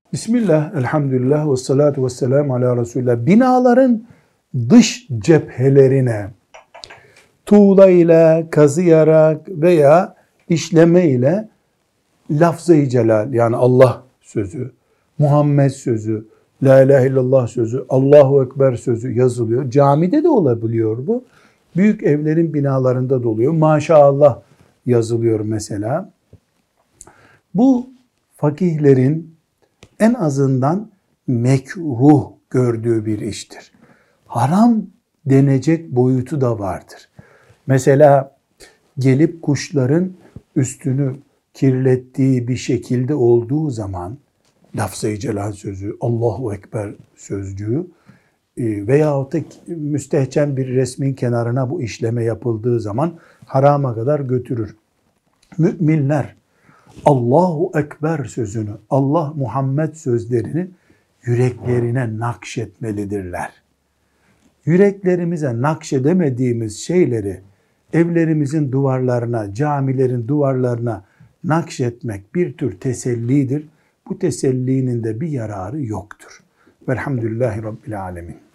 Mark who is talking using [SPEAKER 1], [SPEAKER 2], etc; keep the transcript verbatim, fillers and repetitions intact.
[SPEAKER 1] Bismillah, elhamdülillah, ve salatu ve selamu ala Resulullah. Binaların dış cephelerine tuğla ile, kazıyarak veya işleme ile lafz-ı celal, yani Allah sözü, Muhammed sözü, La ilahe illallah sözü, Allahu Ekber sözü yazılıyor. Camide de olabiliyor bu. Büyük evlerin binalarında da oluyor. Maşallah yazılıyor mesela. Bu fakihlerin en azından mekruh gördüğü bir iştir. Haram denecek boyutu da vardır. Mesela gelip kuşların üstünü kirlettiği bir şekilde olduğu zaman lafz-ı celal sözü, Allahu Ekber sözcüğü veyahut da müstehcen bir resmin kenarına bu işleme yapıldığı zaman harama kadar götürür. Müminler Allahu Ekber sözünü, Allah Muhammed sözlerini yüreklerine nakşetmelidirler. Yüreklerimize nakşedemediğimiz şeyleri evlerimizin duvarlarına, camilerin duvarlarına nakşetmek bir tür tesellidir. Bu tesellinin de bir yararı yoktur. Velhamdülillahi Rabbil Alemin.